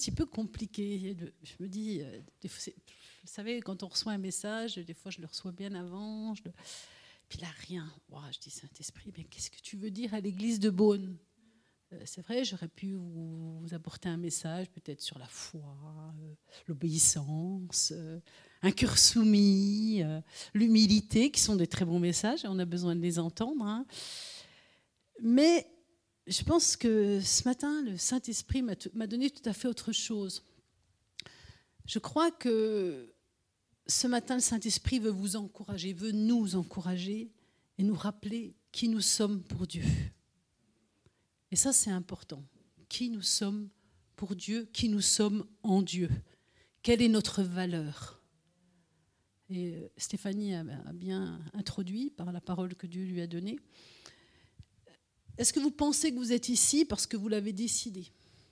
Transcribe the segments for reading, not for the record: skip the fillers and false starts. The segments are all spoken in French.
petit peu compliqué. Je me dis, vous savez, quand on reçoit un message, des fois je le reçois bien avant, puis là rien. Wow, je dis, Saint-Esprit, mais qu'est-ce que tu veux dire à l'église de Beaune ? C'est vrai, j'aurais pu vous apporter un message peut-être sur la foi, l'obéissance, un cœur soumis, l'humilité, qui sont des très bons messages, et on a besoin de les entendre. Hein. Mais je pense que ce matin, le Saint-Esprit m'a donné tout à fait autre chose. Je crois que ce matin, le Saint-Esprit veut vous encourager, veut nous encourager et nous rappeler qui nous sommes pour Dieu. Et ça, c'est important. Qui nous sommes pour Dieu, qui nous sommes en Dieu. Quelle est notre valeur ? Et Stéphanie a bien introduit par la parole que Dieu lui a donnée. Est-ce que vous pensez que vous êtes ici parce que vous l'avez décidé ?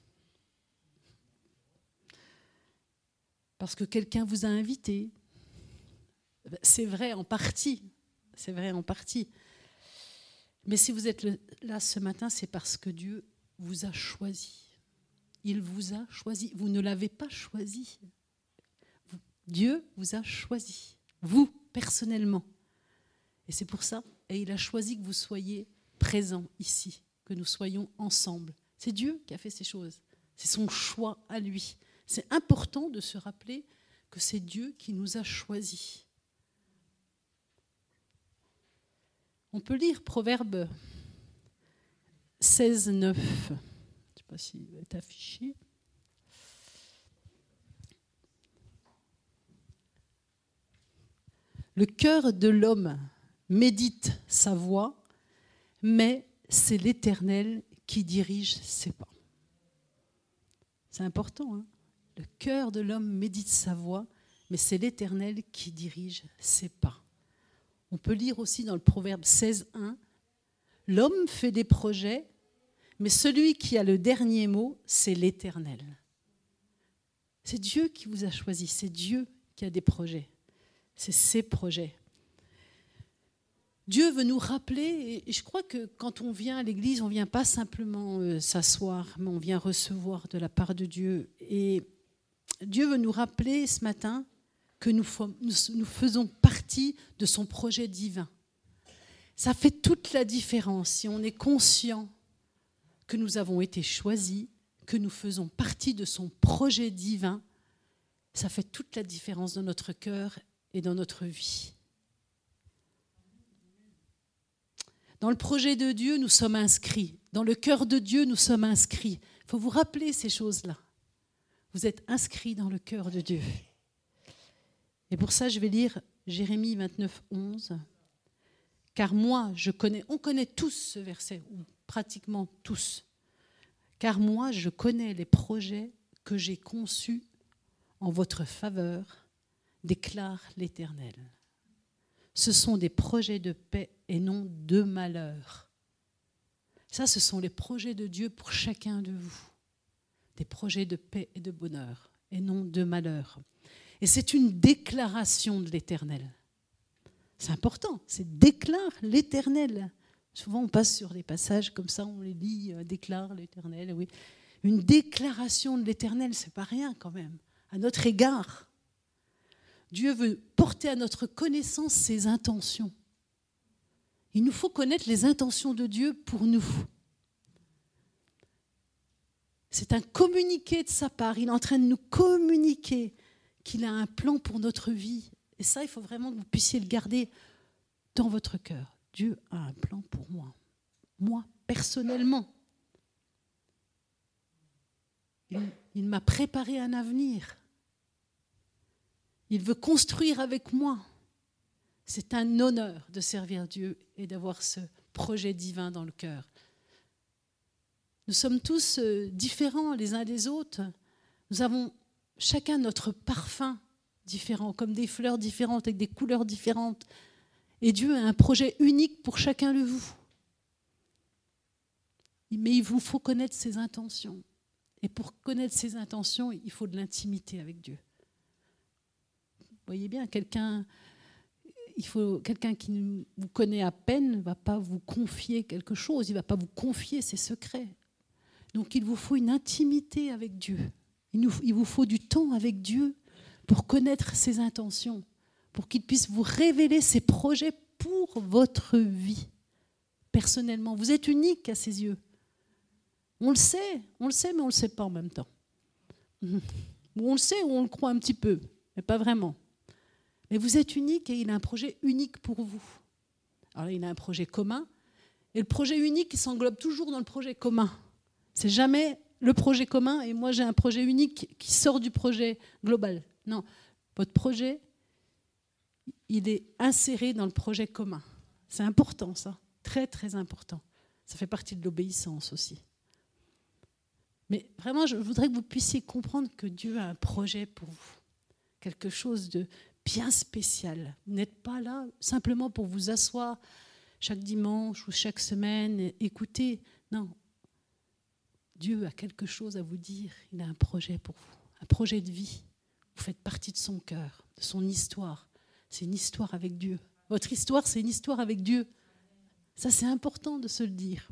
Parce que quelqu'un vous a invité ? C'est vrai en partie. C'est vrai en partie. Mais si vous êtes là ce matin, c'est parce que Dieu vous a choisi. Il vous a choisi. Vous ne l'avez pas choisi. Dieu vous a choisi. Vous, personnellement. Et c'est pour ça. Et il a choisi que vous soyez présents ici, que nous soyons ensemble. C'est Dieu qui a fait ces choses. C'est son choix à lui. C'est important de se rappeler que c'est Dieu qui nous a choisis. On peut lire Proverbe 16, 9. Je ne sais pas s'il est affiché. Le cœur de l'homme médite sa voie, mais c'est l'Éternel qui dirige ses pas. C'est important, hein ? Le cœur de l'homme médite sa voie, mais c'est l'Éternel qui dirige ses pas. On peut lire aussi dans le Proverbe 16, 1, « L'homme fait des projets, mais celui qui a le dernier mot, c'est l'Éternel. » C'est Dieu qui vous a choisi, c'est Dieu qui a des projets. C'est ses projets. Dieu veut nous rappeler, et je crois que quand on vient à l'église, on ne vient pas simplement s'asseoir, mais on vient recevoir de la part de Dieu. Et Dieu veut nous rappeler ce matin que nous faisons partie de son projet divin. Ça fait toute la différence si on est conscient que nous avons été choisis, que nous faisons partie de son projet divin. Ça fait toute la différence dans notre cœur et dans notre vie. Dans le projet de Dieu, nous sommes inscrits. Dans le cœur de Dieu, nous sommes inscrits. Il faut vous rappeler ces choses-là. Vous êtes inscrits dans le cœur de Dieu. Et pour ça, je vais lire Jérémie 29, 11. « Car moi, on connaît tous ce verset, ou pratiquement tous. « Car moi, je connais les projets que j'ai conçus en votre faveur, déclare l'Éternel. Ce sont des projets de paix et non de malheur. » Ça, ce sont les projets de Dieu pour chacun de vous. Des projets de paix et de bonheur, et non de malheur. Et c'est une déclaration de l'Éternel. C'est important, c'est « déclare l'Éternel ». Souvent, on passe sur des passages comme ça, on les lit, « déclare l'Éternel ». Oui. Une déclaration de l'Éternel, c'est pas rien quand même, à notre égard. Dieu veut porter à notre connaissance ses intentions. Il nous faut connaître les intentions de Dieu pour nous. C'est un communiqué de sa part. Il est en train de nous communiquer qu'il a un plan pour notre vie. Et ça, il faut vraiment que vous puissiez le garder dans votre cœur. Dieu a un plan pour moi. Moi, personnellement. Il m'a préparé un avenir. Il veut construire avec moi. C'est un honneur de servir Dieu et d'avoir ce projet divin dans le cœur. Nous sommes tous différents les uns des autres. Nous avons chacun notre parfum différent, comme des fleurs différentes, avec des couleurs différentes. Et Dieu a un projet unique pour chacun de vous. Mais il vous faut connaître ses intentions. Et pour connaître ses intentions, il faut de l'intimité avec Dieu. Vous voyez bien, quelqu'un qui vous connaît à peine ne va pas vous confier quelque chose, il ne va pas vous confier ses secrets. Donc il vous faut une intimité avec Dieu. Il vous faut du temps avec Dieu pour connaître ses intentions, pour qu'il puisse vous révéler ses projets pour votre vie, personnellement. Vous êtes unique à ses yeux. On le sait, mais on ne le sait pas en même temps. Ou on le sait ou on le croit un petit peu, mais pas vraiment. Mais vous êtes unique et il a un projet unique pour vous. Alors il a un projet commun, et le projet unique, il s'englobe toujours dans le projet commun. C'est jamais le projet commun et moi j'ai un projet unique qui sort du projet global. Non, votre projet, il est inséré dans le projet commun. C'est important ça, très très important. Ça fait partie de l'obéissance aussi. Mais vraiment, je voudrais que vous puissiez comprendre que Dieu a un projet pour vous. Quelque chose de bien spécial. Vous n'êtes pas là simplement pour vous asseoir chaque dimanche ou chaque semaine et écouter. Non. Dieu a quelque chose à vous dire. Il a un projet pour vous. Un projet de vie. Vous faites partie de son cœur, de son histoire. C'est une histoire avec Dieu. Votre histoire, c'est une histoire avec Dieu. Ça, c'est important de se le dire.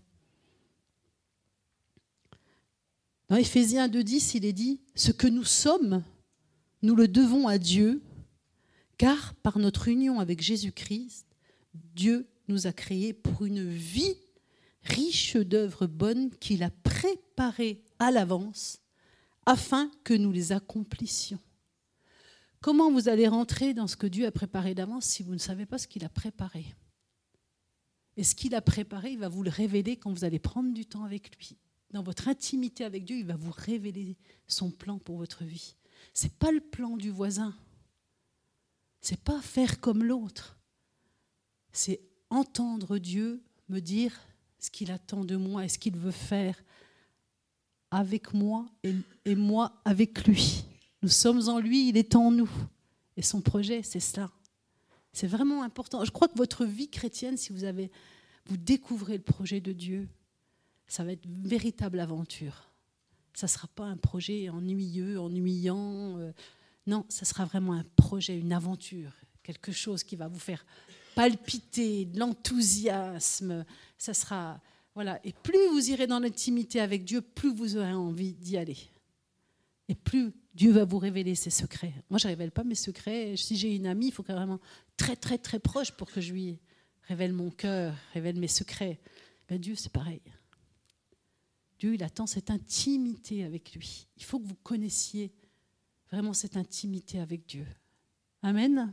Dans Éphésiens 2,10, il est dit « Ce que nous sommes, nous le devons à Dieu, car par notre union avec Jésus-Christ, Dieu nous a créés pour une vie riche d'œuvres bonnes qu'il a préparées à l'avance afin que nous les accomplissions. » Comment vous allez rentrer dans ce que Dieu a préparé d'avance si vous ne savez pas ce qu'il a préparé ? Et ce qu'il a préparé, il va vous le révéler quand vous allez prendre du temps avec lui. Dans votre intimité avec Dieu, il va vous révéler son plan pour votre vie. Ce n'est pas le plan du voisin. Ce n'est pas faire comme l'autre. C'est entendre Dieu me dire ce qu'il attend de moi et ce qu'il veut faire avec moi et moi avec lui. Nous sommes en lui, il est en nous. Et son projet, c'est cela. C'est vraiment important. Je crois que votre vie chrétienne, si vous découvrez le projet de Dieu, ça va être une véritable aventure. Ça ne sera pas un projet ennuyant. Non, ça sera vraiment un projet, une aventure. Quelque chose qui va vous faire palpiter, de l'enthousiasme. Ça sera, voilà. Et plus vous irez dans l'intimité avec Dieu, plus vous aurez envie d'y aller. Et plus Dieu va vous révéler ses secrets. Moi, je ne révèle pas mes secrets. Si j'ai une amie, il faut qu'elle soit vraiment très, très, très proche pour que je lui révèle mon cœur, révèle mes secrets. Ben, Dieu, c'est pareil. Dieu, il attend cette intimité avec lui. Il faut que vous connaissiez vraiment cette intimité avec Dieu. Amen.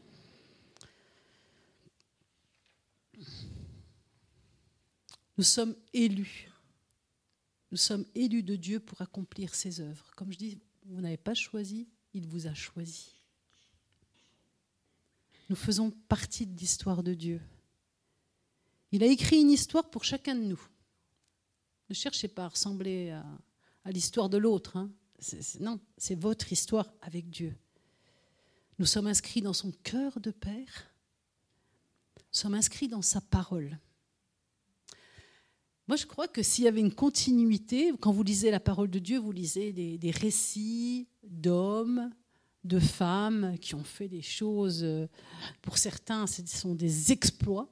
Nous sommes élus. Nous sommes élus de Dieu pour accomplir ses œuvres. Comme je dis, vous n'avez pas choisi, il vous a choisi. Nous faisons partie de l'histoire de Dieu. Il a écrit une histoire pour chacun de nous. Ne cherchez pas à ressembler à l'histoire de l'autre. Hein. Non, c'est votre histoire avec Dieu. Nous sommes inscrits dans son cœur de Père. Nous sommes inscrits dans sa parole. Moi, je crois que s'il y avait une continuité, quand vous lisez la parole de Dieu, vous lisez des récits d'hommes, de femmes qui ont fait des choses, pour certains, ce sont des exploits.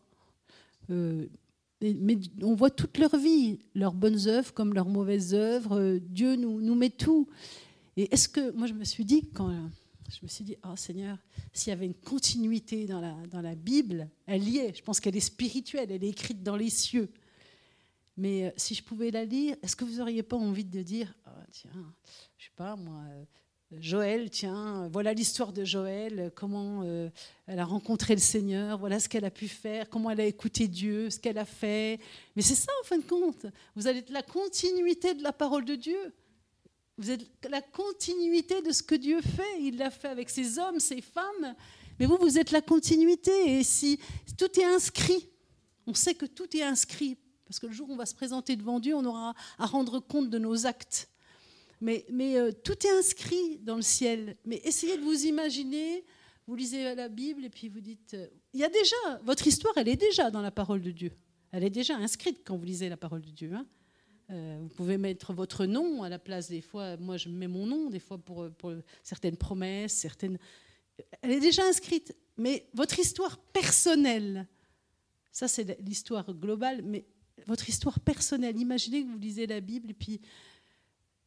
Mais on voit toute leur vie, leurs bonnes œuvres comme leurs mauvaises œuvres. Dieu nous met tout. Et est-ce que, moi je me suis dit, oh Seigneur, s'il y avait une continuité dans la Bible, elle y est. Je pense qu'elle est spirituelle, elle est écrite dans les cieux. Mais si je pouvais la lire, est-ce que vous n'auriez pas envie de dire, tiens, je ne sais pas moi, Joël, tiens, voilà l'histoire de Joël, comment elle a rencontré le Seigneur, voilà ce qu'elle a pu faire, comment elle a écouté Dieu, ce qu'elle a fait. Mais c'est ça, en fin de compte. Vous allez être la continuité de la parole de Dieu. Vous êtes la continuité de ce que Dieu fait. Il l'a fait avec ses hommes, ses femmes. Mais vous êtes la continuité. Et si tout est inscrit, on sait que tout est inscrit. Parce que le jour où on va se présenter devant Dieu, on aura à rendre compte de nos actes. Mais tout est inscrit dans le ciel. Mais essayez de vous imaginer, vous lisez la Bible et puis vous dites, il y a déjà, votre histoire, elle est déjà dans la parole de Dieu. Elle est déjà inscrite quand vous lisez la parole de Dieu. Hein. Vous pouvez mettre votre nom à la place des fois. Moi, je mets mon nom des fois pour certaines promesses, Elle est déjà inscrite. Mais votre histoire personnelle, ça c'est l'histoire globale, mais votre histoire personnelle, imaginez que vous lisez la Bible et puis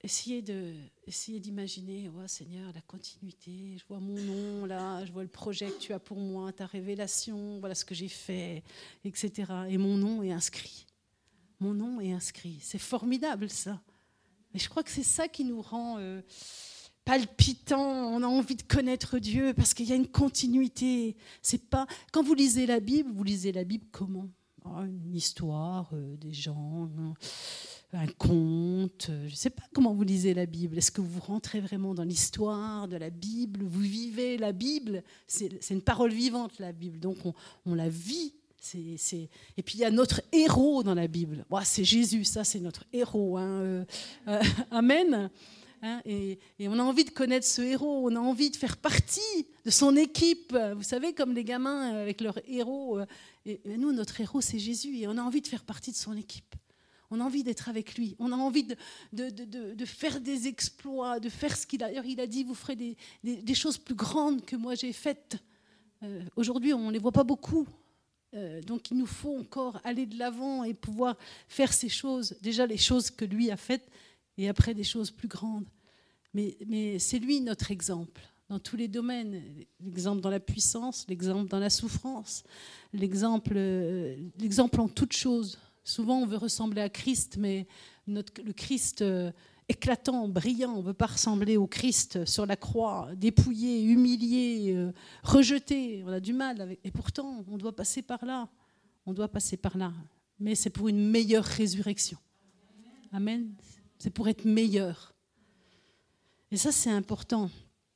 essayez d'imaginer, oh Seigneur, la continuité, je vois mon nom là, je vois le projet que tu as pour moi, ta révélation, voilà ce que j'ai fait, etc. Et mon nom est inscrit. Mon nom est inscrit. C'est formidable ça. Mais je crois que c'est ça qui nous rend palpitants. On a envie de connaître Dieu parce qu'il y a une continuité. C'est pas quand vous lisez la Bible comment? Une histoire, des gens, un conte. Je ne sais pas comment vous lisez la Bible. Est-ce que vous rentrez vraiment dans l'histoire de la Bible? Vous vivez la Bible? C'est une parole vivante, la Bible. Donc on la vit. Et puis il y a notre héros dans la Bible. C'est Jésus, ça c'est notre héros. Amen. Et on a envie de connaître ce héros, on a envie de faire partie de son équipe. Vous savez, comme les gamins avec leur héros. Et nous, notre héros, c'est Jésus. Et on a envie de faire partie de son équipe. On a envie d'être avec lui. On a envie de faire des exploits, de faire ce qu'il a. D'ailleurs, il a dit, vous ferez des choses plus grandes que moi j'ai faites. Aujourd'hui, on ne les voit pas beaucoup. Donc, il nous faut encore aller de l'avant et pouvoir faire ces choses. Déjà, les choses que lui a faites. Et après, des choses plus grandes. Mais c'est lui notre exemple, dans tous les domaines. L'exemple dans la puissance, l'exemple dans la souffrance, l'exemple en toutes choses. Souvent, on veut ressembler à Christ, mais le Christ éclatant, brillant, on ne veut pas ressembler au Christ sur la croix, dépouillé, humilié, rejeté. On a du mal avec. Et pourtant, on doit passer par là. On doit passer par là. Mais c'est pour une meilleure résurrection. Amen. C'est pour être meilleur. Et ça, c'est important.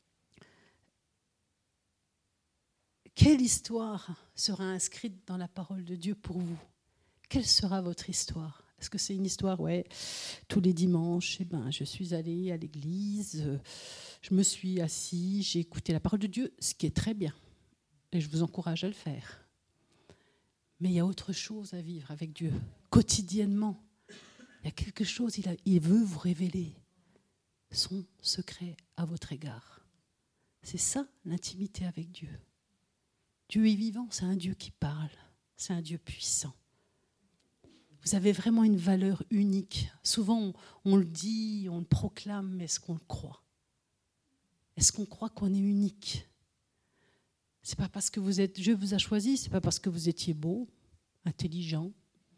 Quelle histoire sera inscrite dans la parole de Dieu pour vous? Quelle sera votre histoire? Est-ce que c'est une histoire, tous les dimanches, je suis allée à l'église, je me suis assise, j'ai écouté la parole de Dieu, ce qui est très bien. Et je vous encourage à le faire. Mais il y a autre chose à vivre avec Dieu, quotidiennement. Il y a quelque chose, il veut vous révéler son secret à votre égard. C'est ça, l'intimité avec Dieu. Dieu est vivant, c'est un Dieu qui parle, c'est un Dieu puissant. Vous avez vraiment une valeur unique. Souvent, on le dit, on le proclame, mais est-ce qu'on le croit? Est-ce qu'on croit qu'on est unique? C'est pas parce que Dieu vous a choisi, c'est pas parce que vous étiez beau, intelligent,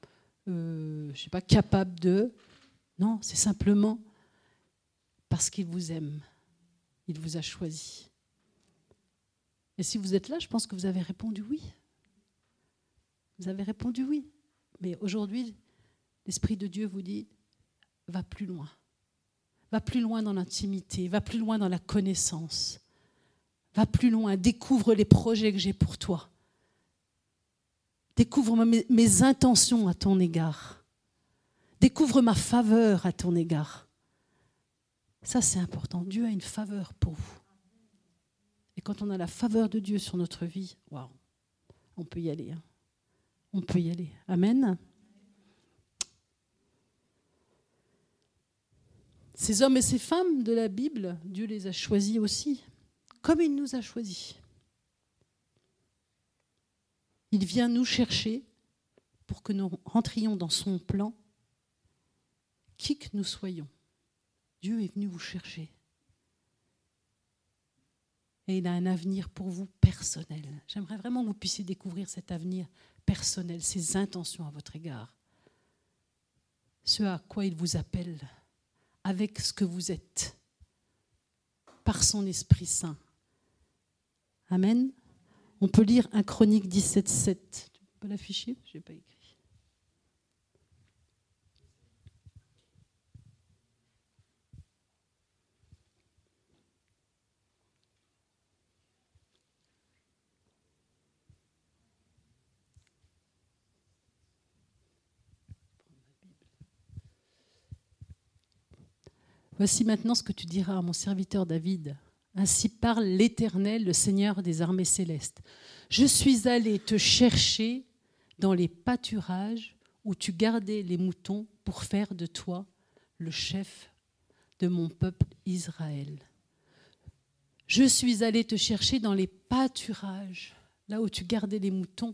capable de. Non, c'est simplement parce qu'il vous aime. Il vous a choisi. Et si vous êtes là, je pense que vous avez répondu oui. Vous avez répondu oui. Mais aujourd'hui, l'Esprit de Dieu vous dit, va plus loin. Va plus loin dans l'intimité, va plus loin dans la connaissance. Va plus loin, découvre les projets que j'ai pour toi. Découvre mes intentions à ton égard. Découvre ma faveur à ton égard. Ça, c'est important. Dieu a une faveur pour vous. Et quand on a la faveur de Dieu sur notre vie, waouh, on peut y aller. On peut y aller. Amen. Ces hommes et ces femmes de la Bible, Dieu les a choisis aussi, comme il nous a choisis. Il vient nous chercher pour que nous rentrions dans son plan, qui que nous soyons. Dieu est venu vous chercher. Et il a un avenir pour vous personnel. J'aimerais vraiment que vous puissiez découvrir cet avenir personnel, ses intentions à votre égard. Ce à quoi il vous appelle, avec ce que vous êtes, par son Esprit Saint. Amen. On peut lire 1 Chronique 17:7. Tu peux l'afficher? Je n'ai pas écrit. Voici maintenant ce que tu diras à mon serviteur David. Ainsi parle l'Éternel, le Seigneur des armées célestes. Je suis allé te chercher dans les pâturages où tu gardais les moutons pour faire de toi le chef de mon peuple Israël. Je suis allé te chercher dans les pâturages, là où tu gardais les moutons.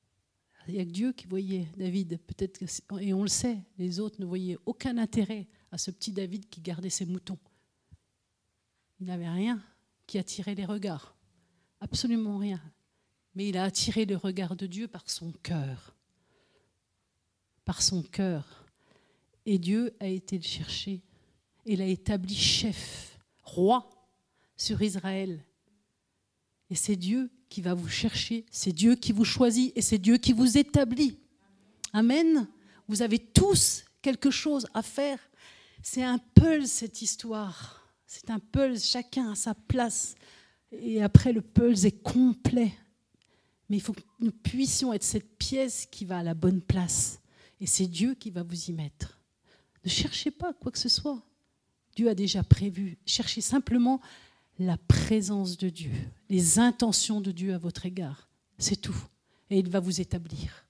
Il n'y a que Dieu qui voyait David, peut-être, et on le sait, les autres ne voyaient aucun intérêt à ce petit David qui gardait ses moutons. Il n'avait rien qui attirait les regards, absolument rien. Mais il a attiré le regard de Dieu par son cœur. Par son cœur. Et Dieu a été le chercher et l'a établi chef, roi sur Israël. Et c'est Dieu qui va vous chercher, c'est Dieu qui vous choisit et c'est Dieu qui vous établit. Amen. Vous avez tous quelque chose à faire. C'est un puzzle cette histoire. C'est un puzzle, chacun à sa place. Et après le puzzle est complet. Mais il faut que nous puissions être cette pièce qui va à la bonne place. Et c'est Dieu qui va vous y mettre. Ne cherchez pas quoi que ce soit. Dieu a déjà prévu. Cherchez simplement la présence de Dieu, les intentions de Dieu à votre égard. C'est tout. Et il va vous établir.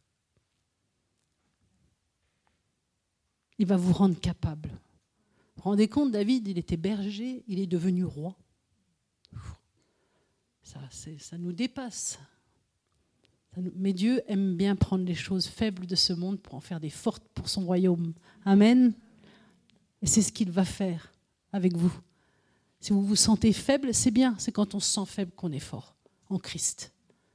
Il va vous rendre capable. Vous vous rendez compte, David, il était berger, il est devenu roi. Ça nous dépasse. Mais Dieu aime bien prendre les choses faibles de ce monde pour en faire des fortes pour son royaume. Amen. Et c'est ce qu'il va faire avec vous. Si vous vous sentez faible, c'est bien. C'est quand on se sent faible qu'on est fort en Christ.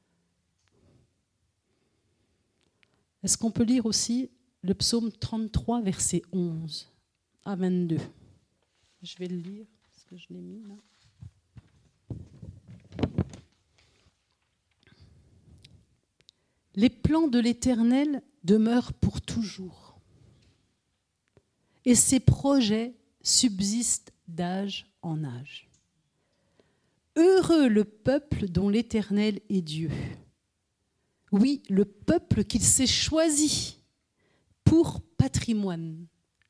Est-ce qu'on peut lire aussi le psaume 33, verset 11 à 22 ? Je vais le lire, parce que je l'ai mis là. Les plans de l'Éternel demeurent pour toujours, et ses projets subsistent d'âge en âge. Heureux le peuple dont l'Éternel est Dieu. Oui, le peuple qu'il s'est choisi pour patrimoine.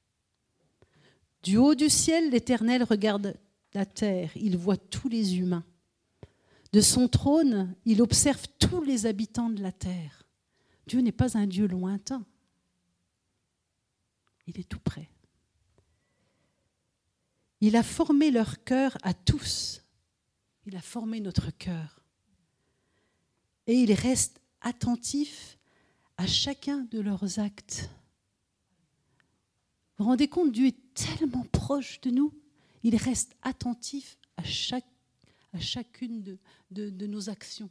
Du haut du ciel, l'Éternel regarde la terre, il voit tous les humains. De son trône, il observe tous les habitants de la terre. Dieu n'est pas un Dieu lointain. Il est tout près. Il a formé leur cœur à tous. Il a formé notre cœur. Et il reste attentif à chacun de leurs actes. Vous vous rendez compte, Dieu est tellement proche de nous. Il reste attentif à chacune de nos actions.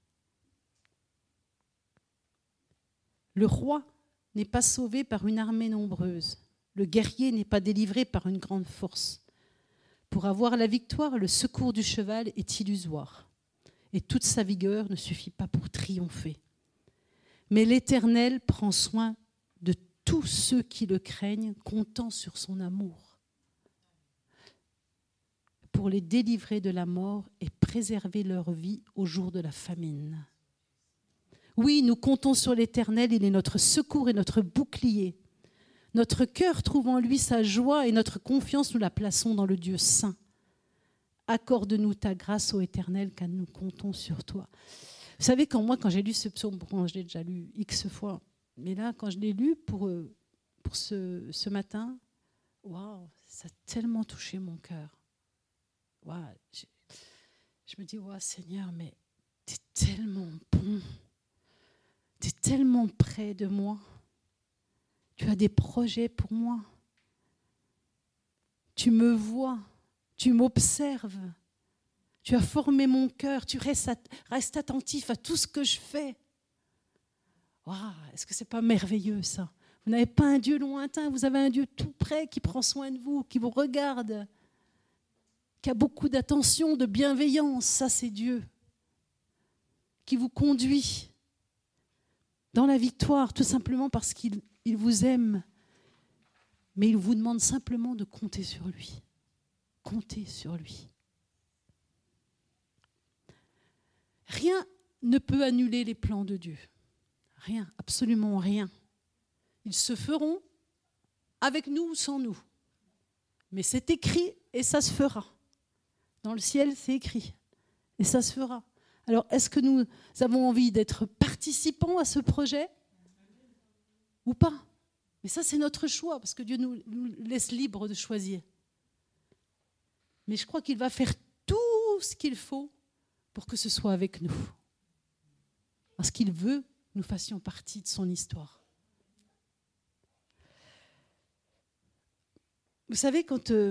Le roi n'est pas sauvé par une armée nombreuse. Le guerrier n'est pas délivré par une grande force. Pour avoir la victoire, le secours du cheval est illusoire. Et toute sa vigueur ne suffit pas pour triompher. Mais l'Éternel prend soin de tous ceux qui le craignent, comptant sur son amour, pour les délivrer de la mort et préserver leur vie au jour de la famine. Oui, nous comptons sur l'Éternel, il est notre secours et notre bouclier. Notre cœur trouve en lui sa joie et notre confiance, nous la plaçons dans le Dieu saint. Accorde-nous ta grâce, ô Éternel, car nous comptons sur toi. Vous savez, quand j'ai lu ce psaume, bon, je l'ai déjà lu X fois, mais là, quand je l'ai lu pour ce matin, waouh, ça a tellement touché mon cœur. Waouh, je me dis, waouh, Seigneur, mais tu es tellement bon. Tu es tellement près de moi. Tu as des projets pour moi. Tu me vois. Tu m'observes. Tu as formé mon cœur. Tu restes attentif à tout ce que je fais. Waouh, est-ce que ce n'est pas merveilleux ça ? Vous n'avez pas un Dieu lointain, vous avez un Dieu tout près qui prend soin de vous, qui vous regarde, qui a beaucoup d'attention, de bienveillance. Ça, c'est Dieu qui vous conduit dans la victoire, tout simplement parce qu'il vous aime. Mais il vous demande simplement de compter sur lui. Comptez sur lui. Rien ne peut annuler les plans de Dieu. Rien, absolument rien. Ils se feront avec nous ou sans nous. Mais c'est écrit et ça se fera. Dans le ciel, c'est écrit et ça se fera. Alors, est-ce que nous avons envie d'être participants à ce projet ou pas ? Mais ça, c'est notre choix, parce que Dieu nous laisse libres de choisir. Mais je crois qu'il va faire tout ce qu'il faut pour que ce soit avec nous. Parce qu'il veut que nous fassions partie de son histoire. Vous savez,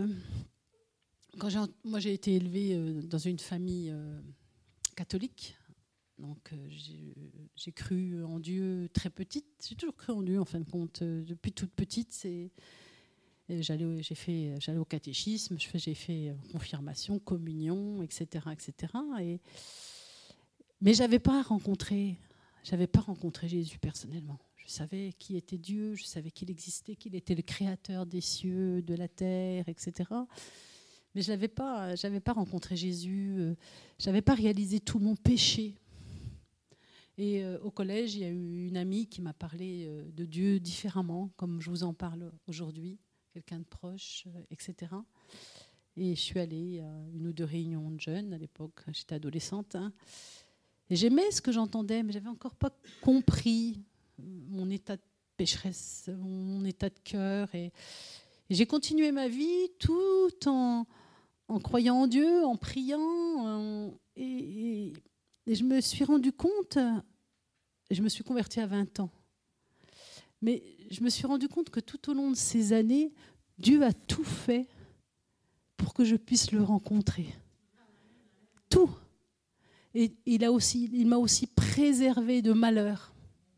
moi j'ai été élevée dans une famille catholique, donc j'ai cru en Dieu très petite. J'ai toujours cru en Dieu en fin de compte. Depuis toute petite, j'allais au catéchisme, j'ai fait confirmation, communion, etc., etc. Mais j'avais pas rencontré Jésus personnellement. Je savais qui était Dieu, je savais qu'il existait, qu'il était le créateur des cieux, de la terre, etc. Mais je n'avais pas rencontré Jésus, je n'avais pas réalisé tout mon péché. Et au collège, il y a eu une amie qui m'a parlé de Dieu différemment, comme je vous en parle aujourd'hui, quelqu'un de proche, etc. Et je suis allée à une ou deux réunions de jeunes à l'époque, j'étais adolescente. Et j'aimais ce que j'entendais, mais je n'avais encore pas compris mon état de pécheresse, mon état de cœur. Et j'ai continué ma vie tout en croyant en Dieu, en priant. Et je me suis rendu compte, je me suis convertie à 20 ans, mais je me suis rendu compte que tout au long de ces années, Dieu a tout fait pour que je puisse le rencontrer. Tout. Et il m'a aussi préservé de malheur.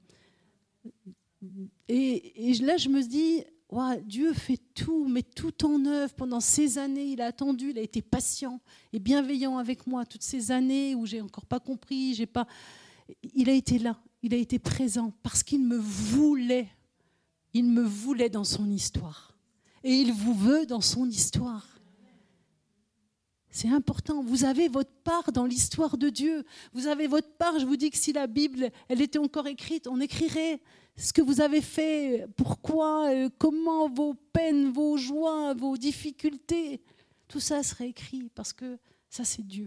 Et là, je me dis, wow, Dieu fait tout, met tout en œuvre. Pendant ces années, il a attendu, il a été patient et bienveillant avec moi. Toutes ces années où j'ai encore pas compris, il a été là, il a été présent parce qu'il me voulait. Il me voulait dans son histoire. Et il vous veut dans son histoire. C'est important. Vous avez votre part dans l'histoire de Dieu. Vous avez votre part. Je vous dis que si la Bible, elle était encore écrite, on écrirait ce que vous avez fait, pourquoi, comment, vos peines, vos joies, vos difficultés. Tout ça serait écrit parce que ça, c'est Dieu.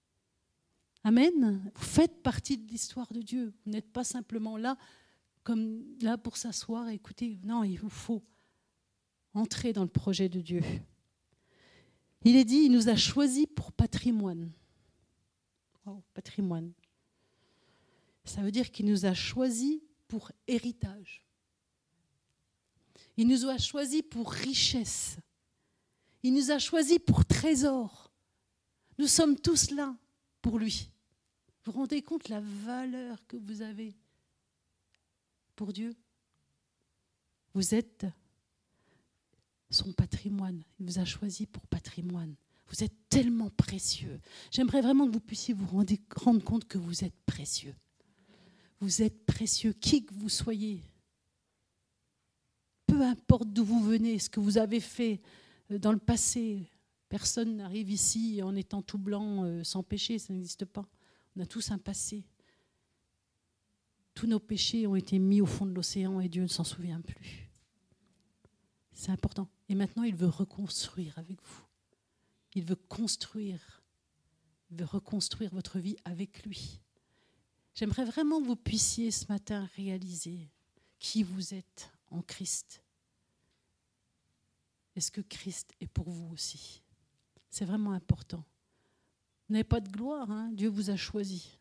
Amen. Vous faites partie de l'histoire de Dieu. Vous n'êtes pas simplement là, comme là pour s'asseoir et écouter. Non, il vous faut entrer dans le projet de Dieu. Il est dit, il nous a choisis pour patrimoine. Oh, patrimoine. Ça veut dire qu'il nous a choisis pour héritage. Il nous a choisis pour richesse. Il nous a choisis pour trésor. Nous sommes tous là pour lui. Vous vous rendez compte la valeur que vous avez pour Dieu? Vous êtes son patrimoine. Il vous a choisi pour patrimoine. Vous êtes tellement précieux. J'aimerais vraiment que vous puissiez vous rendre compte que vous êtes précieux. Vous êtes précieux, qui que vous soyez. Peu importe d'où vous venez, ce que vous avez fait dans le passé. Personne n'arrive ici en étant tout blanc, sans péché, ça n'existe pas. On a tous un passé. Tous nos péchés ont été mis au fond de l'océan et Dieu ne s'en souvient plus. C'est important. Et maintenant, il veut reconstruire avec vous. Il veut reconstruire votre vie avec lui. J'aimerais vraiment que vous puissiez ce matin réaliser qui vous êtes en Christ. Est-ce que Christ est pour vous aussi? C'est vraiment important. Vous n'avez pas de gloire, hein? Dieu vous a choisi.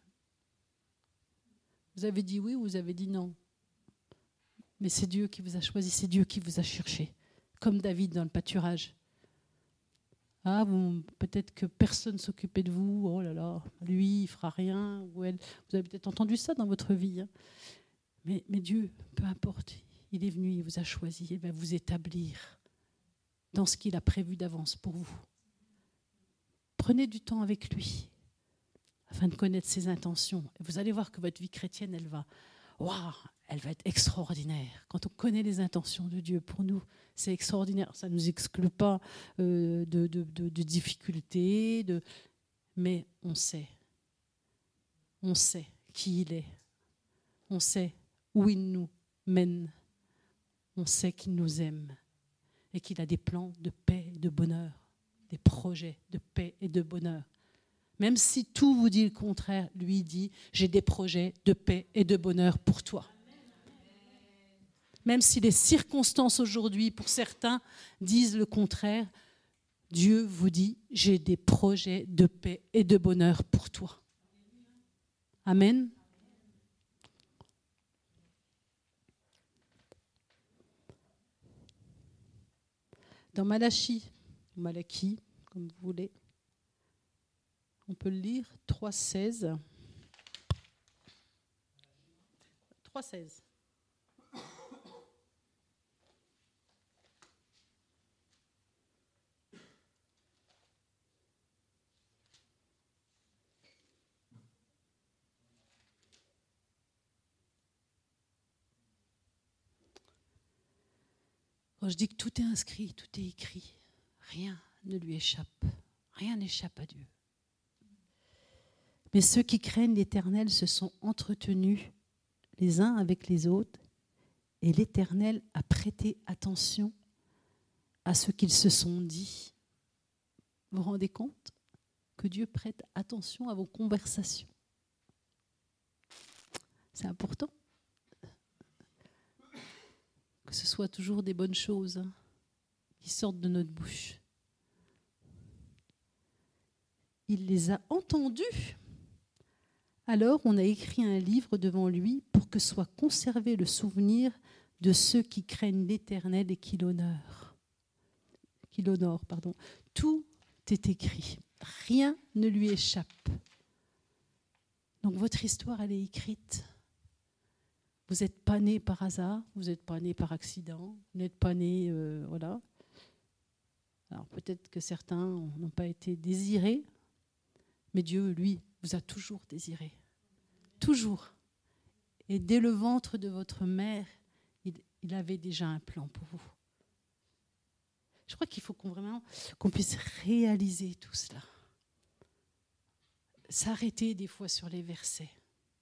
Vous avez dit oui ou vous avez dit non. Mais c'est Dieu qui vous a choisi, c'est Dieu qui vous a cherché. Comme David dans le pâturage. Ah, peut-être que personne ne s'occupait de vous. Oh là là, lui, il ne fera rien. Ou elle. Vous avez peut-être entendu ça dans votre vie. Hein. Mais Dieu, peu importe, il est venu, il vous a choisi. Il va vous établir dans ce qu'il a prévu d'avance pour vous. Prenez du temps avec lui afin de connaître ses intentions. Et vous allez voir que votre vie chrétienne, elle va être extraordinaire. Quand on connaît les intentions de Dieu pour nous, c'est extraordinaire. Ça ne nous exclut pas de difficultés, mais on sait. On sait qui il est. On sait où il nous mène. On sait qu'il nous aime et qu'il a des plans de paix et de bonheur, des projets de paix et de bonheur. Même si tout vous dit le contraire, lui dit « J'ai des projets de paix et de bonheur pour toi ». Même si les circonstances aujourd'hui, pour certains, disent le contraire, Dieu vous dit « J'ai des projets de paix et de bonheur pour toi ». Amen. Dans Malachie, Malachie, comme vous voulez, on peut le lire, 3,16. 3,16. Quand je dis que tout est inscrit, tout est écrit, rien ne lui échappe. Rien n'échappe à Dieu. Mais ceux qui craignent l'Éternel se sont entretenus les uns avec les autres, et l'Éternel a prêté attention à ce qu'ils se sont dit. Vous vous rendez compte que Dieu prête attention à vos conversations? C'est important. Que ce soit toujours des bonnes choses qui sortent de notre bouche. Il les a entendus. Alors on a écrit un livre devant lui pour que soit conservé le souvenir de ceux qui craignent l'Éternel et qui l'honorent. Tout est écrit. Rien ne lui échappe. Donc votre histoire, elle est écrite. Vous n'êtes pas né par hasard, vous n'êtes pas né par accident, vous n'êtes pas né, voilà. Alors peut-être que certains n'ont pas été désirés, mais Dieu, lui, vous a toujours désiré. Toujours. Et dès le ventre de votre mère, il avait déjà un plan pour vous. Je crois qu'il faut qu'on puisse réaliser tout cela. S'arrêter des fois sur les versets.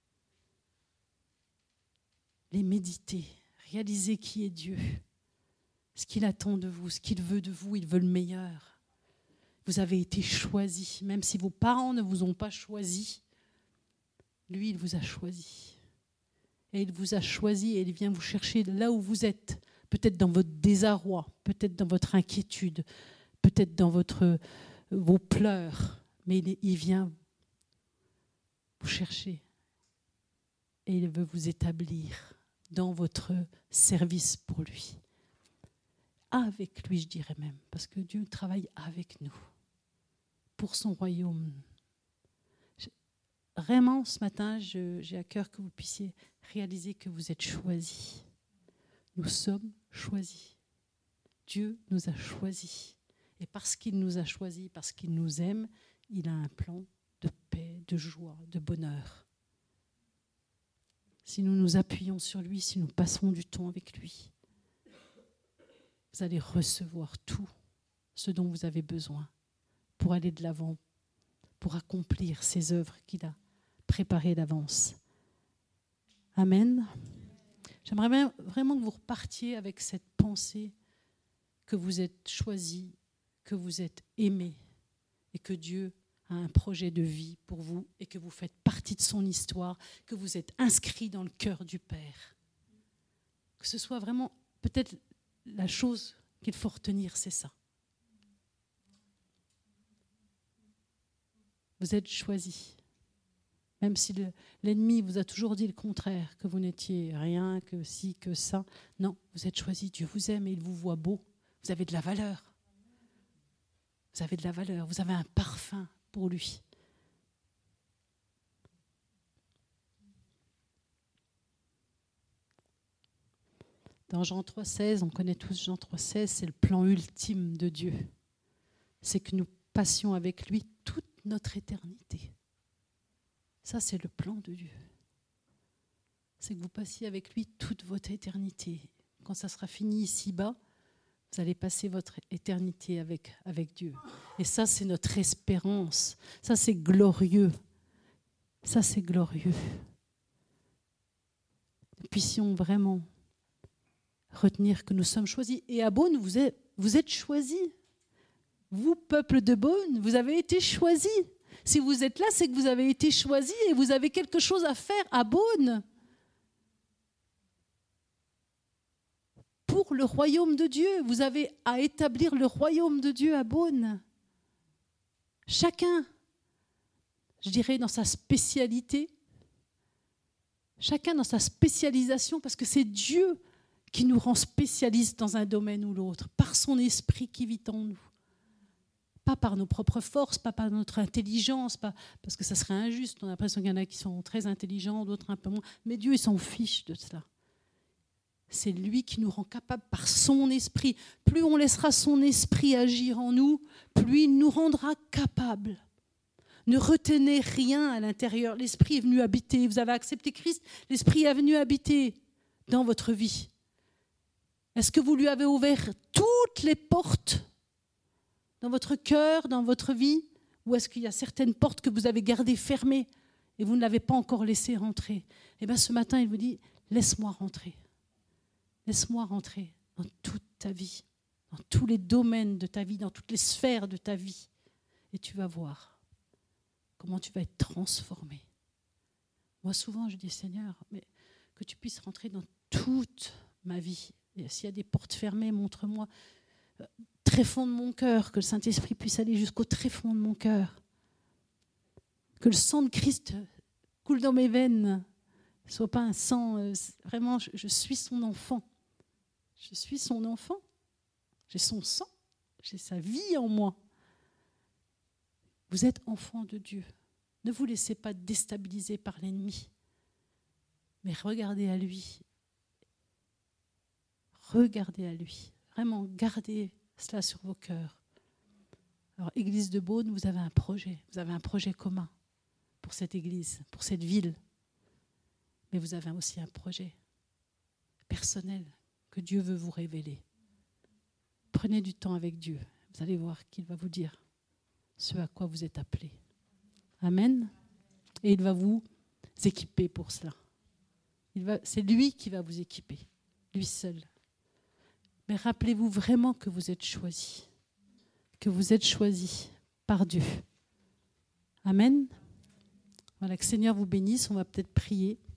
Les méditer, réaliser qui est Dieu, ce qu'il attend de vous, ce qu'il veut de vous, il veut le meilleur. Vous avez été choisi, même si vos parents ne vous ont pas choisi, lui, il vous a choisi. Et il vous a choisi et il vient vous chercher là où vous êtes, peut-être dans votre désarroi, peut-être dans votre inquiétude, peut-être dans vos pleurs, mais il vient vous chercher et il veut vous établir dans votre service pour lui. Avec lui, je dirais même, parce que Dieu travaille avec nous, pour son royaume. Vraiment, ce matin, j'ai à cœur que vous puissiez réaliser que vous êtes choisis. Nous sommes choisis. Dieu nous a choisis. Et parce qu'il nous a choisis, parce qu'il nous aime, il a un plan de paix, de joie, de bonheur. Si nous nous appuyons sur lui, si nous passons du temps avec lui, vous allez recevoir tout ce dont vous avez besoin pour aller de l'avant, pour accomplir ces œuvres qu'il a préparées d'avance. Amen. J'aimerais vraiment que vous repartiez avec cette pensée que vous êtes choisis, que vous êtes aimés et que Dieu a un projet de vie pour vous et que vous faites partie de son histoire, que vous êtes inscrits dans le cœur du Père. Que ce soit vraiment, peut-être la chose qu'il faut retenir, c'est ça. Vous êtes choisis. Même si l'ennemi vous a toujours dit le contraire, que vous n'étiez rien, que ci, que ça. Non, vous êtes choisis. Dieu vous aime et il vous voit beau. Vous avez de la valeur. Vous avez de la valeur. Vous avez un parfum pour lui. Dans Jean 3,16, on connaît tous Jean 3,16, c'est le plan ultime de Dieu. C'est que nous passions avec lui toute notre éternité. Ça, c'est le plan de Dieu. C'est que vous passiez avec lui toute votre éternité. Quand ça sera fini ici-bas, vous allez passer votre éternité avec Dieu. Et ça, c'est notre espérance. Ça, c'est glorieux. Ça, c'est glorieux. Nous puissions vraiment retenir que nous sommes choisis. Et à Beaune, vous êtes choisis. Vous, peuple de Beaune, vous avez été choisis. Si vous êtes là, c'est que vous avez été choisis et vous avez quelque chose à faire à Beaune. Pour le royaume de Dieu, vous avez à établir le royaume de Dieu à Beaune. Chacun, je dirais, dans sa spécialité, chacun dans sa spécialisation, parce que c'est Dieu qui nous rend spécialistes dans un domaine ou l'autre, par son esprit qui vit en nous. Pas par nos propres forces, pas par notre intelligence, pas, parce que ça serait injuste. On a l'impression qu'il y en a qui sont très intelligents, d'autres un peu moins. Mais Dieu, il s'en fiche de cela. C'est lui qui nous rend capables par son esprit. Plus on laissera son esprit agir en nous, plus il nous rendra capables. Ne retenez rien à l'intérieur. L'esprit est venu habiter. Vous avez accepté Christ, l'esprit est venu habiter dans votre vie. Est-ce que vous lui avez ouvert toutes les portes dans votre cœur, dans votre vie, ou est-ce qu'il y a certaines portes que vous avez gardées fermées et vous ne l'avez pas encore laissé rentrer? Eh bien, ce matin, il vous dit, laisse-moi rentrer. Laisse-moi rentrer dans toute ta vie, dans tous les domaines de ta vie, dans toutes les sphères de ta vie. Et tu vas voir comment tu vas être transformé. Moi, souvent, je dis, Seigneur, mais que tu puisses rentrer dans toute ma vie. Et s'il y a des portes fermées, montre-moi. Tréfond de mon cœur, que le Saint-Esprit puisse aller jusqu'au tréfond de mon cœur. Que le sang de Christ coule dans mes veines. Ne soit pas un sang, vraiment, je suis son enfant. Je suis son enfant. J'ai son sang, j'ai sa vie en moi. Vous êtes enfant de Dieu. Ne vous laissez pas déstabiliser par l'ennemi. Mais regardez à lui. Regardez à lui. Vraiment, gardez cela sur vos cœurs. Alors, Église de Beaune, vous avez un projet. Vous avez un projet commun pour cette église, pour cette ville. Mais vous avez aussi un projet personnel que Dieu veut vous révéler. Prenez du temps avec Dieu. Vous allez voir qu'il va vous dire ce à quoi vous êtes appelés. Amen. Et il va vous équiper pour cela. C'est lui qui va vous équiper, lui seul. Mais rappelez-vous vraiment que vous êtes choisis. Que vous êtes choisis par Dieu. Amen. Voilà, que le Seigneur vous bénisse. On va peut-être prier.